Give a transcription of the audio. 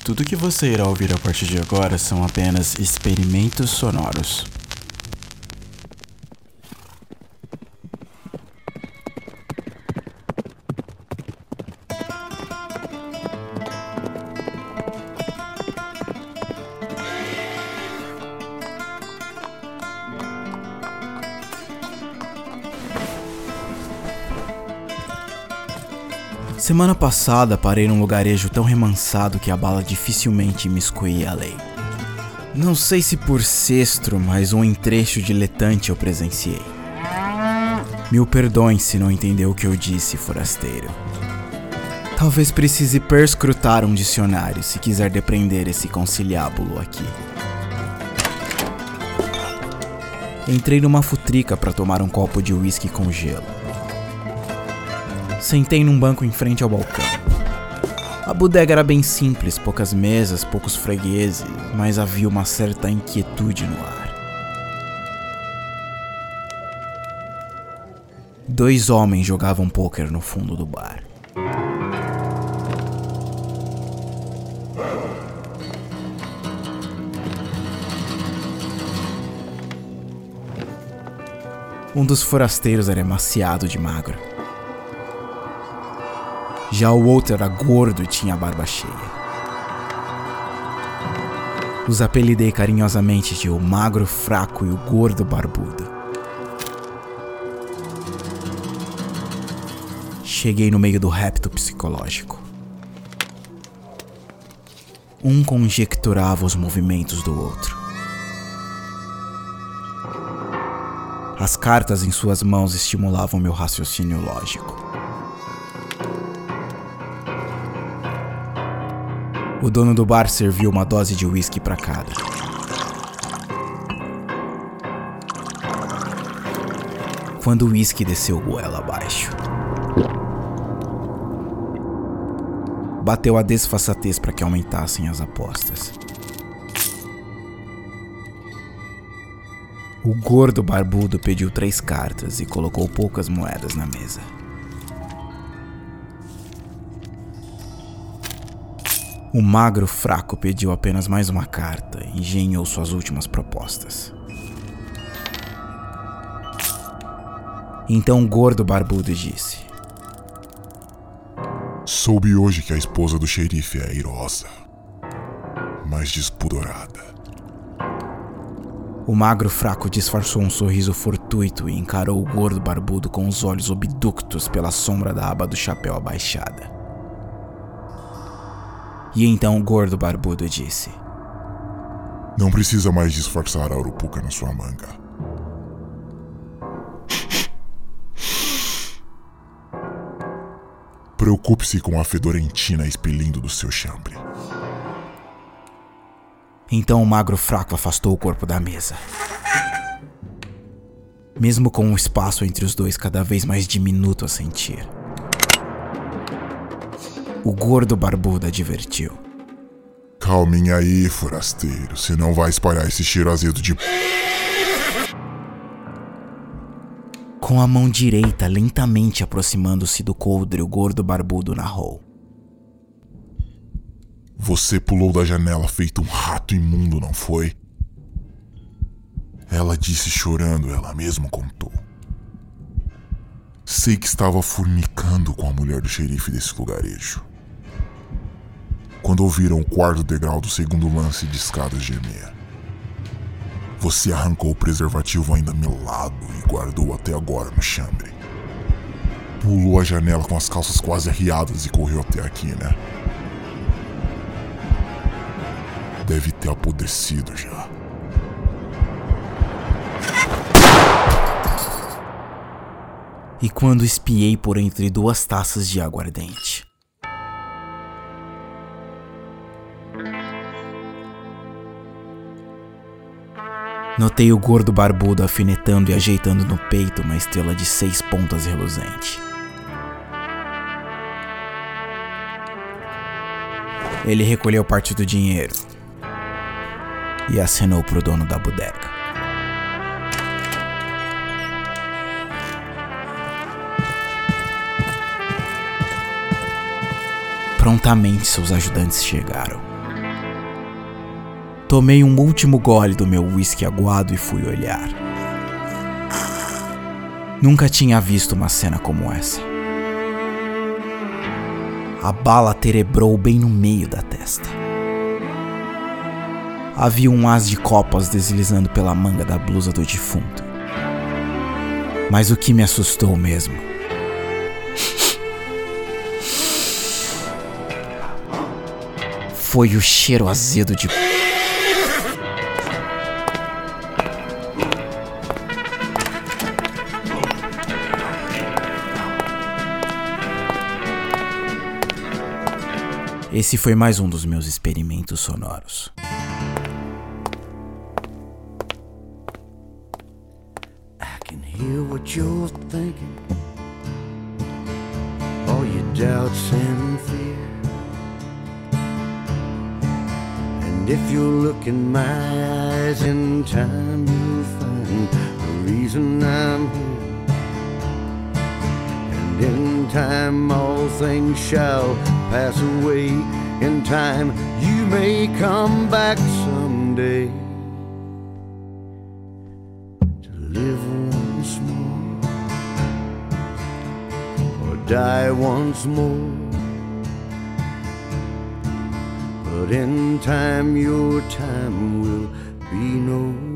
Tudo que você irá ouvir a partir de agora são apenas experimentos sonoros. Semana passada parei num lugarejo tão remansado que a bala dificilmente imiscuía a lei. Não sei se por sestro, mas um entrecho diletante eu presenciei. Mil perdões se não entendeu o que eu disse, forasteiro. Talvez precise perscrutar um dicionário se quiser depreender esse conciliábulo aqui. Entrei numa futrica para tomar um copo de uísque com gelo. Sentei num banco em frente ao balcão. A bodega era bem simples, poucas mesas, poucos fregueses, mas havia uma certa inquietude no ar. 2 homens jogavam pôquer no fundo do bar. Um dos forasteiros era emaciado de magro. Já o outro era gordo e tinha a barba cheia. Os apelidei carinhosamente de o magro fraco e o gordo barbudo. Cheguei no meio do rapto psicológico. Um conjecturava os movimentos do outro. As cartas em suas mãos estimulavam meu raciocínio lógico. O dono do bar serviu uma dose de uísque para cada. Quando o uísque desceu goela abaixo, bateu a desfaçatez para que aumentassem as apostas. O gordo barbudo pediu 3 cartas e colocou poucas moedas na mesa. O magro fraco pediu apenas mais uma carta e engenhou suas últimas propostas. Então o gordo barbudo disse: Soube hoje que a esposa do xerife é airosa, mas despudorada. O magro fraco disfarçou um sorriso fortuito e encarou o gordo barbudo com os olhos obductos pela sombra da aba do chapéu abaixada. E então o gordo barbudo disse: Não precisa mais disfarçar a urupuca na sua manga. Preocupe-se com a fedorentina expelindo do seu chambre. Então o magro fraco afastou o corpo da mesa. Mesmo com o espaço entre os dois cada vez mais diminuto a sentir, o gordo barbudo advertiu: Calmem aí, forasteiro, senão vai espalhar esse cheiro azedo de... Com a mão direita lentamente aproximando-se do coldre, o gordo barbudo narrou: Você pulou da janela feito um rato imundo, não foi? Ela disse chorando, ela mesma contou. Sei que estava fornicando com a mulher do xerife desse lugarejo. Quando ouviram o 4º degrau do 2º lance de escadas gemer, você arrancou o preservativo ainda melado e guardou até agora no chambre. Pulou a janela com as calças quase arriadas e correu até aqui, né? Deve ter apodrecido já. E quando espiei por entre 2 taças de aguardente, notei o gordo barbudo afinetando e ajeitando no peito uma estrela de 6 pontas reluzente. Ele recolheu parte do dinheiro e acenou pro dono da bodega. Prontamente seus ajudantes chegaram. Tomei um último gole do meu uísque aguado e fui olhar. Nunca tinha visto uma cena como essa. A bala terebrou bem no meio da testa. Havia um as de copas deslizando pela manga da blusa do defunto. Mas o que me assustou mesmo foi o cheiro azedo de... Esse foi mais um dos meus experimentos sonoros. I can hear what you're thinking, all your doubts and fear. And if you look in my eyes in time, you'll find the reason I'm here. And in time all things shall pass away. In time you may come back someday to live once more or die once more. But in time your time will be no